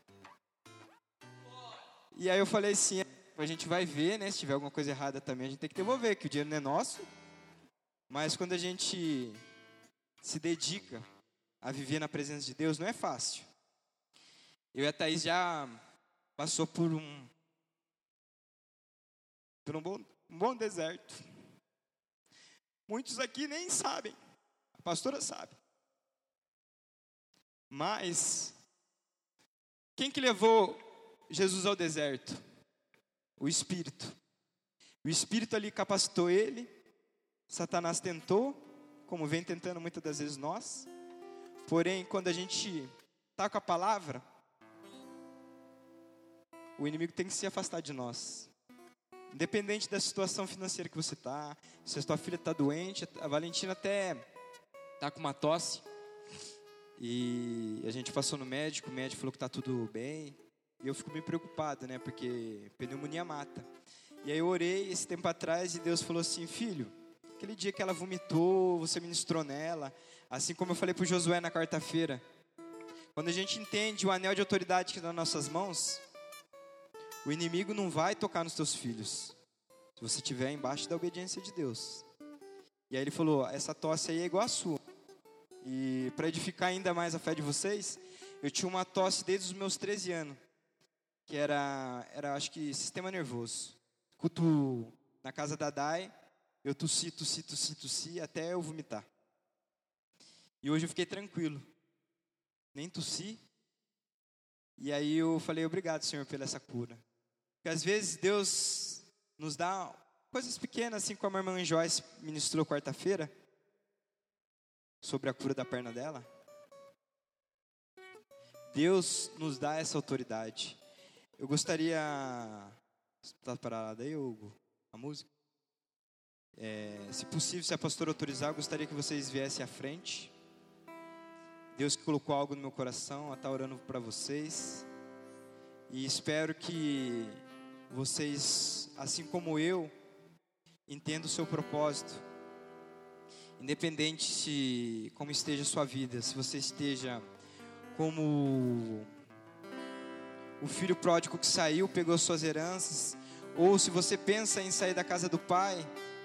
E aí eu falei assim, a gente vai ver, né? Se tiver alguma coisa errada também, a gente tem que devolver, que o dinheiro não é nosso. Mas quando a gente se dedica a viver na presença de Deus, não é fácil. Eu e a Thaís já... passou por um, por um bom, um bom deserto. Muitos aqui nem sabem. A pastora sabe. Mas, quem que levou Jesus ao deserto? O Espírito. O Espírito ali capacitou ele. Satanás tentou, como vem tentando muitas das vezes nós. Porém, quando a gente está com a palavra, o inimigo tem que se afastar de nós. Independente da situação financeira que você está, se a sua filha está doente, a Valentina até está com uma tosse. E a gente passou no médico, o médico falou que está tudo bem. E eu fico bem preocupado, né? Porque pneumonia mata. E aí eu orei esse tempo atrás e Deus falou assim, filho, aquele dia que ela vomitou, você ministrou nela. Assim como eu falei para o Josué na quarta-feira. Quando a gente entende o anel de autoridade que está nas nossas mãos, o inimigo não vai tocar nos teus filhos, se você estiver embaixo da obediência de Deus. E aí ele falou, essa tosse aí é igual a sua. E para edificar ainda mais a fé de vocês, eu tinha uma tosse desde os meus treze anos, que era, era acho que sistema nervoso. Culto na casa da Dai, eu tossi, tossi, tossi, tossi, até eu vomitar. E hoje eu fiquei tranquilo, nem tossi. E aí eu falei, obrigado, Senhor, pela essa cura. Porque às vezes Deus nos dá coisas pequenas, assim como a irmã Joyce ministrou quarta-feira, sobre a cura da perna dela. Deus nos dá essa autoridade. Eu gostaria... Está parado aí, Hugo? A música? É, se possível, se a pastora autorizar, eu gostaria que vocês viessem à frente. Deus que colocou algo no meu coração, a estar orando para vocês. E espero que vocês, assim como eu, entendam o seu propósito. Independente se como esteja a sua vida, se você esteja como o filho pródigo que saiu, pegou suas heranças, ou se você pensa em sair da casa do pai,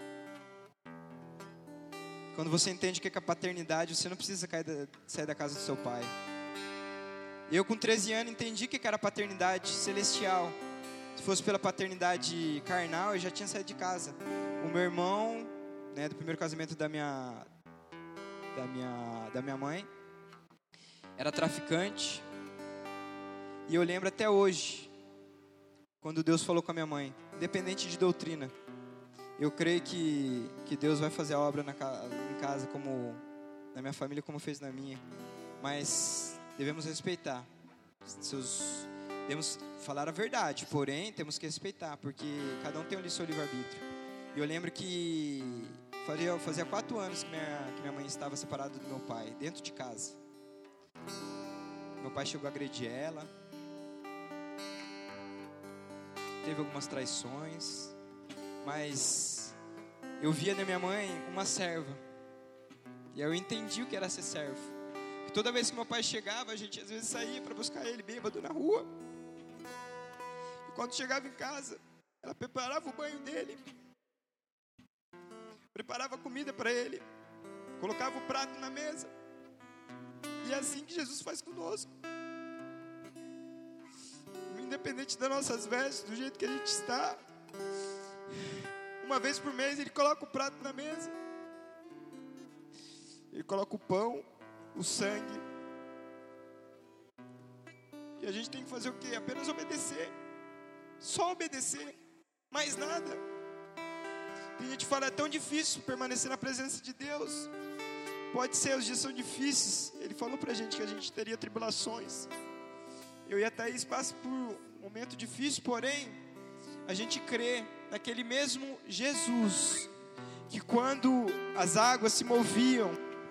quando você entende que é a paternidade, você não precisa sair da casa do seu pai. Eu com treze anos entendi que era a paternidade celestial. Se fosse pela paternidade carnal, eu já tinha saído de casa. O meu irmão, né, do primeiro casamento da minha, da minha, da minha mãe, era traficante. E eu lembro até hoje, quando Deus falou com a minha mãe, independente de doutrina, eu creio que, que Deus vai fazer a obra na, em casa, como na minha família, como fez na minha. Mas devemos respeitar. Seus, devemos falar a verdade, porém temos que respeitar, porque cada um tem o seu livre-arbítrio. E eu lembro que fazia, fazia quatro anos que minha, que minha mãe estava separada do meu pai, dentro de casa. Meu pai chegou a agredir ela. Teve algumas traições, mas eu via na minha mãe uma serva. E eu entendi o que era ser servo. E toda vez que meu pai chegava, a gente às vezes saía para buscar ele bêbado na rua. E quando chegava em casa, ela preparava o banho dele, preparava comida para ele, colocava o prato na mesa. E é assim que Jesus faz conosco. Independente das nossas vestes, do jeito que a gente está, uma vez por mês Ele coloca o prato na mesa. Ele coloca o pão, o sangue. E a gente tem que fazer o quê? Apenas obedecer. Só obedecer. Mais nada. Tem gente que fala, é tão difícil permanecer na presença de Deus. Pode ser, os dias são difíceis. Ele falou pra gente que a gente teria tribulações. Eu e a Thaís passamos por um momento difícil, porém, a gente crê naquele mesmo Jesus, que quando as águas se moviam,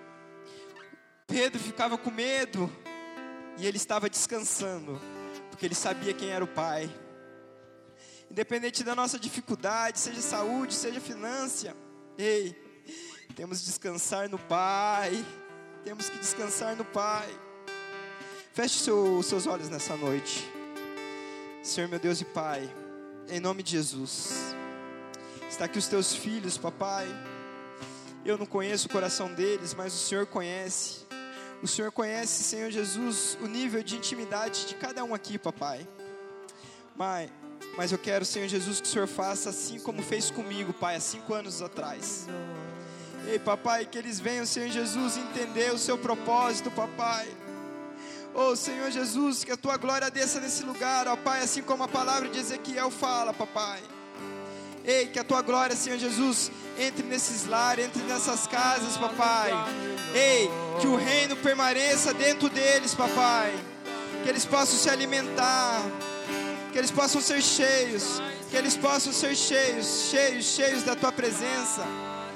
Pedro ficava com medo, e ele estava descansando, porque ele sabia quem era o Pai. Independente da nossa dificuldade, seja saúde, seja finança, ei, temos que descansar no Pai, temos que descansar no Pai. Feche seu, os seus olhos nessa noite. Senhor meu Deus e Pai, em nome de Jesus, está aqui os teus filhos, papai. Eu não conheço o coração deles, mas o Senhor conhece. O Senhor conhece, Senhor Jesus, o nível de intimidade de cada um aqui, papai. Mas, mas eu quero, Senhor Jesus, que o Senhor faça assim como fez comigo, Pai, há cinco anos atrás. Ei, papai, que eles venham, Senhor Jesus, entender o seu propósito, papai. Oh, Senhor Jesus, que a Tua glória desça nesse lugar, ó Pai, assim como a palavra de Ezequiel fala, papai. Ei, que a Tua glória, Senhor Jesus, entre nesses lares, entre nessas casas, papai. Ei, que o reino permaneça dentro deles, papai. Que eles possam se alimentar, que eles possam ser cheios, que eles possam ser cheios, cheios, cheios da Tua presença.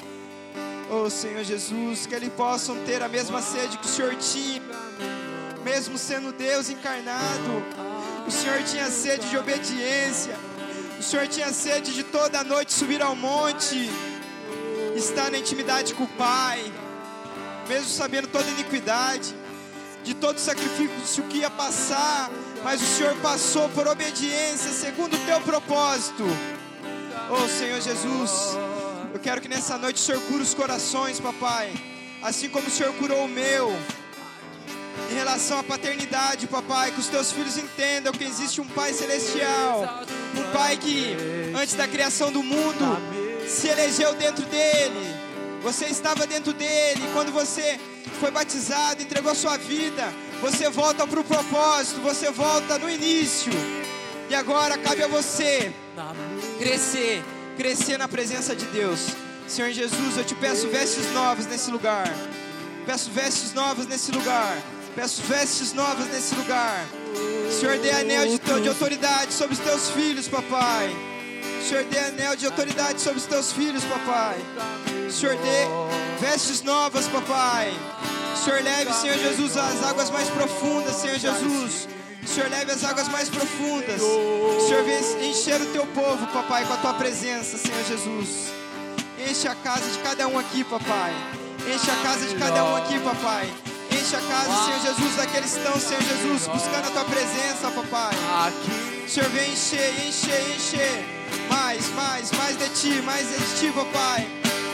Oh, Senhor Jesus, que eles possam ter a mesma sede que o Senhor tinha. Mesmo sendo Deus encarnado, o Senhor tinha sede de obediência. O Senhor tinha sede de toda noite subir ao monte, estar na intimidade com o Pai, mesmo sabendo toda a iniquidade, de todo o sacrifício que ia passar, mas o Senhor passou por obediência, segundo o Teu propósito. Oh, Senhor Jesus, eu quero que nessa noite o Senhor cure os corações, papai, assim como o Senhor curou o meu. Em relação à paternidade, papai, que os teus filhos entendam que existe um Pai celestial, um Pai que antes da criação do mundo se elegeu dentro dele. Você estava dentro dele. Quando você foi batizado, entregou sua vida, você volta para o propósito, você volta no início. E agora cabe a você crescer, crescer na presença de Deus. Senhor Jesus, eu te peço vestes novas nesse lugar. Peço vestes novas nesse lugar. Peço vestes novas nesse lugar. Senhor, dê anel de, de autoridade sobre os teus filhos, papai. Senhor, dê anel de autoridade sobre os teus filhos, papai. Senhor, dê vestes novas, papai. Senhor, leve, Senhor Jesus, as águas mais profundas, Senhor Jesus. Senhor leve as águas mais profundas. Que o Senhor venha encher o teu povo, papai, com a tua presença, Senhor Jesus. Enche a casa de cada um aqui, papai. Enche a casa de cada um aqui, papai. Enche a casa, Senhor Jesus, daqueles que estão, Senhor Jesus, buscando a tua presença, papai. Senhor, vem encher, encher, encher. Mais, mais, mais de ti, mais de ti, papai.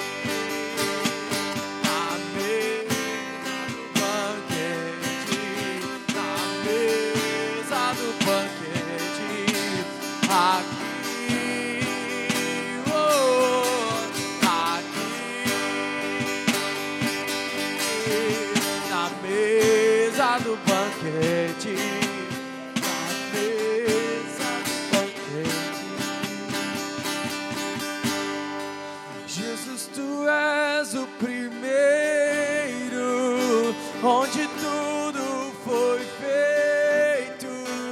Onde tudo foi feito,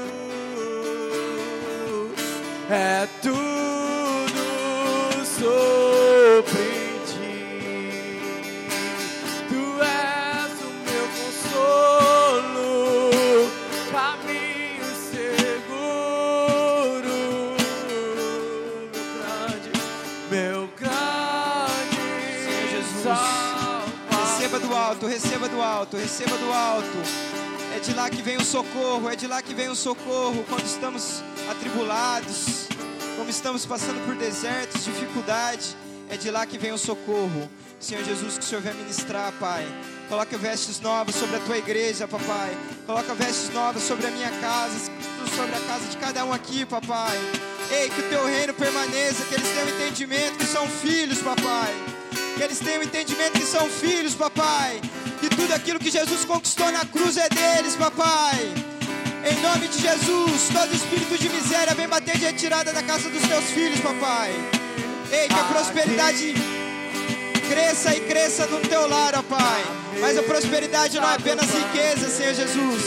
é tudo sobre ti. Tu és o meu consolo, caminho seguro, meu grande, meu grande Senhor Jesus. Salvador. Receba do alto, receba do alto, receba do alto. É de lá que vem o socorro, é de lá que vem o socorro quando estamos atribulados, quando estamos passando por desertos, dificuldade. É de lá que vem o socorro. Senhor Jesus, que o Senhor venha ministrar, Pai. Coloca vestes novas sobre a tua igreja, papai. Coloca vestes novas sobre a minha casa, sobre a casa de cada um aqui, papai. Ei, que o teu reino permaneça, que eles tenham entendimento que são filhos, papai. Que eles tenham entendimento que são filhos, papai. Que tudo aquilo que Jesus conquistou na cruz é deles, papai. Em nome de Jesus, todo espírito de miséria vem bater de retirada da casa dos teus filhos, papai. Ei, que a prosperidade cresça e cresça no teu lar, ó Pai. Mas a prosperidade não é apenas riqueza, Senhor Jesus.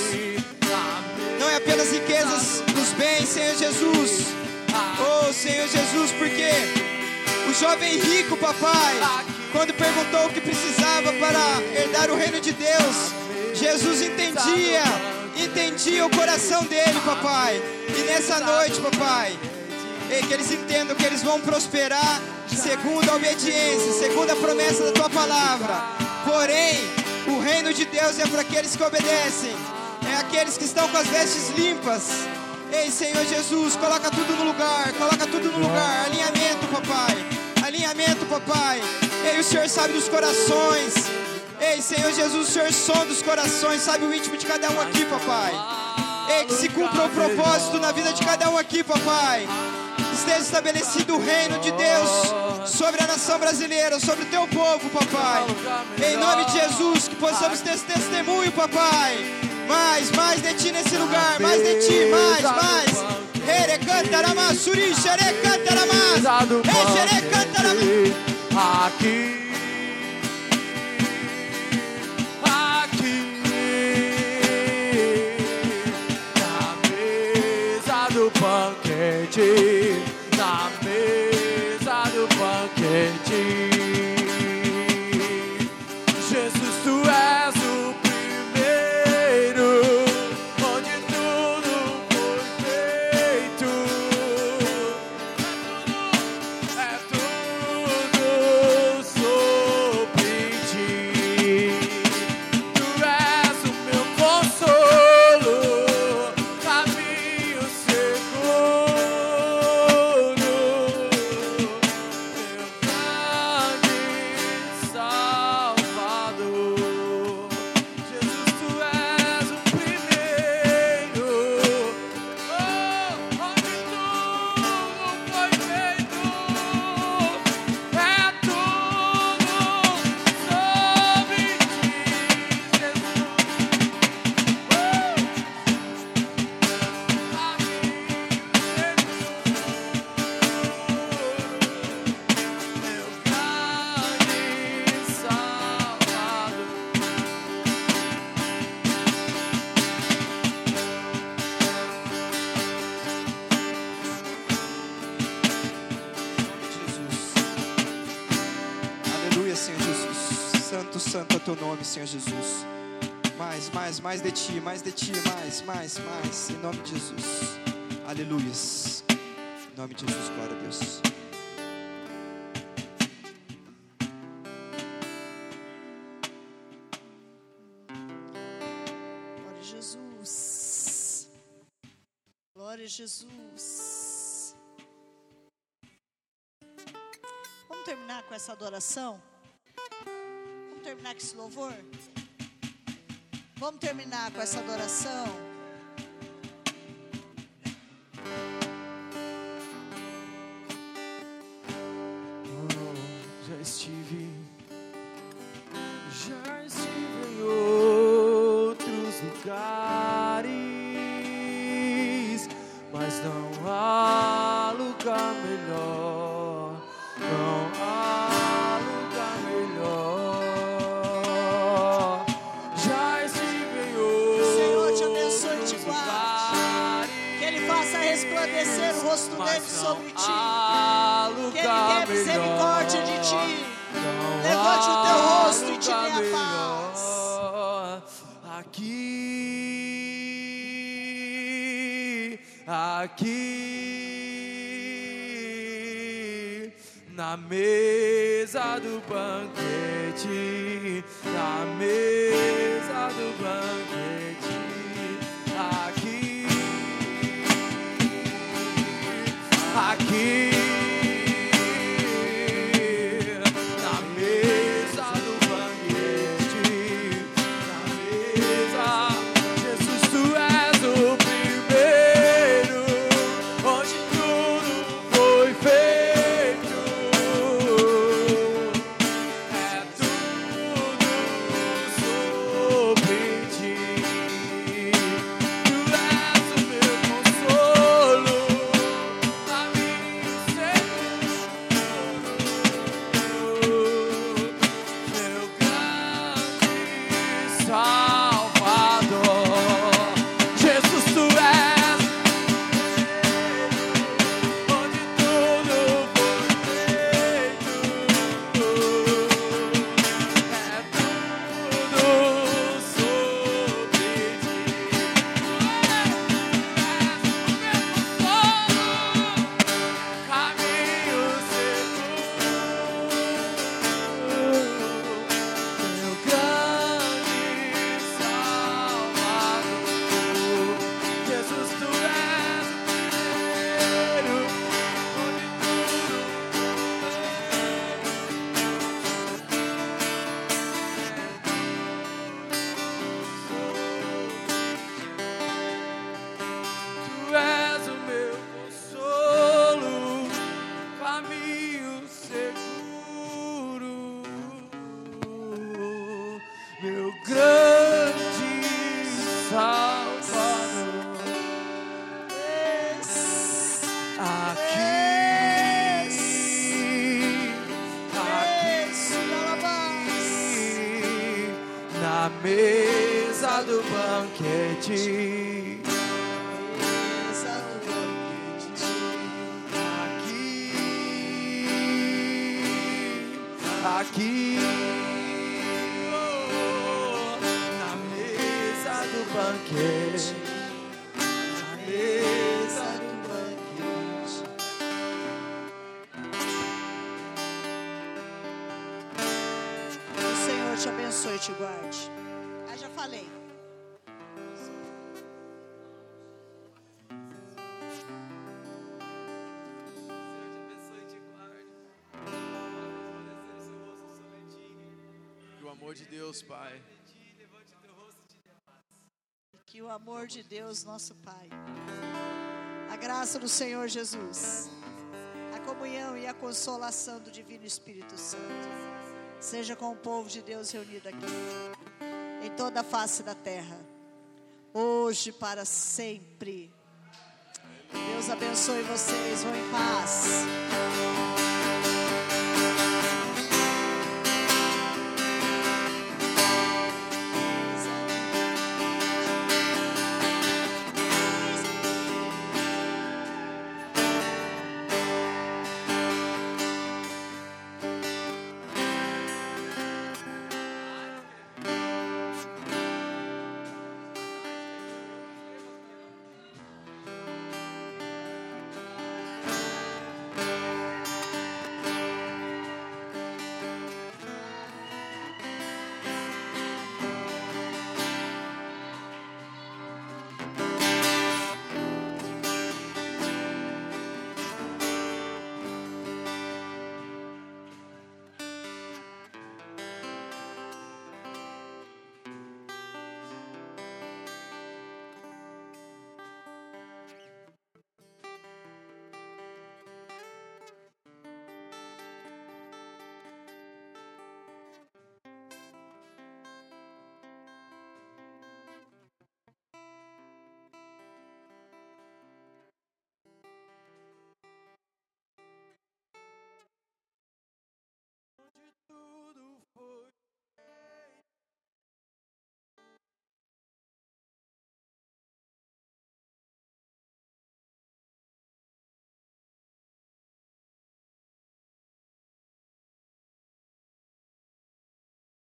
Não é apenas riquezas dos bens, Senhor Jesus. Oh, Senhor Jesus, porque o jovem rico, papai, quando perguntou o que precisava para herdar o reino de Deus, Jesus entendia, entendia o coração dele, papai. E nessa noite, papai, ei, que eles entendam que eles vão prosperar segundo a obediência, segundo a promessa da tua palavra. Porém, o reino de Deus é para aqueles que obedecem, é aqueles que estão com as vestes limpas. Ei, Senhor Jesus, coloca tudo no lugar, coloca tudo no lugar. Alinhamento, papai, alinhamento, papai. Ei, o Senhor sabe dos corações. Ei, Senhor Jesus, o Senhor sonda dos corações, sabe o íntimo de cada um aqui, papai. Ei, que se cumpra o propósito na vida de cada um aqui, papai. Esteja estabelecido o reino de Deus sobre a nação brasileira, sobre o teu povo, papai. Em nome de Jesus, que possamos ter esse testemunho, papai. Mais, mais de ti nesse lugar, mais de ti, mais, mais. Ere cantarama, suri, xere cantarama, xere cantarama. Aqui, aqui, na mesa do banquete, na mesa do banquete, Jesus, tu és o primeiro, onde tudo foi feito, é tudo, é tudo sobre ti. Tu és o meu consolo, caminho seguro, meu grande Salvador. Jesus, tu és o primeiro, oh, onde tudo foi feito, é tudo sobre ti, Jesus. Uh! Meu grande Salvador. Jesus. Aleluia, Senhor Jesus. Santo, santo é o teu nome, Senhor Jesus. Mais, mais, mais de ti, mais de ti, mais, mais, mais. Em nome de Jesus. Aleluias. Em nome de Jesus, glória a Deus. Glória a Jesus. Glória a Jesus. Vamos terminar com essa adoração? Vamos terminar com esse louvor? Vamos terminar com essa adoração? Oh, já estive, já estive em outros lugares, mas não há lugar melhor, não há lugar melhor. Já estive em outros Senhor te abençoe e te guarde. lugares, Que Ele faça resplandecer o rosto mas dele não sobre ti. há Que Ele lugar tenha misericórdia de melhor. ti. Não Levante o teu há rosto e te dê lugar a paz. melhor. Aqui, aqui, na mesa do banquete, na mesa do banquete, aqui, aqui. Na mesa do banquete, na mesa, Jesus, tu és o primeiro, onde tudo foi feito, é tudo sobre ti. Tu és o meu consolo, caminho seguro, meu grande Salvador. Jesus, tu és onde tudo foi feito, é tudo sobre ti. Tu és o meu consolo, caminho seguro, meu grande Salvador. Jesus, tu és o primeiro, onde tudo Tu és o meu consolo, caminho seguro, meu grande Salvador. Aqui, aqui, na mesa do banquete. Aqui, oh, na mesa do banquete, na mesa do banquete. O Senhor te abençoe e te guarde. Ah, já falei. Que o amor de Deus, Pai, Que o amor de Deus, nosso Pai, a graça do Senhor Jesus, a comunhão e a consolação do Divino Espírito Santo, seja com o povo de Deus reunido aqui, em toda a face da terra, hoje e para sempre. Deus abençoe vocês, vão em paz.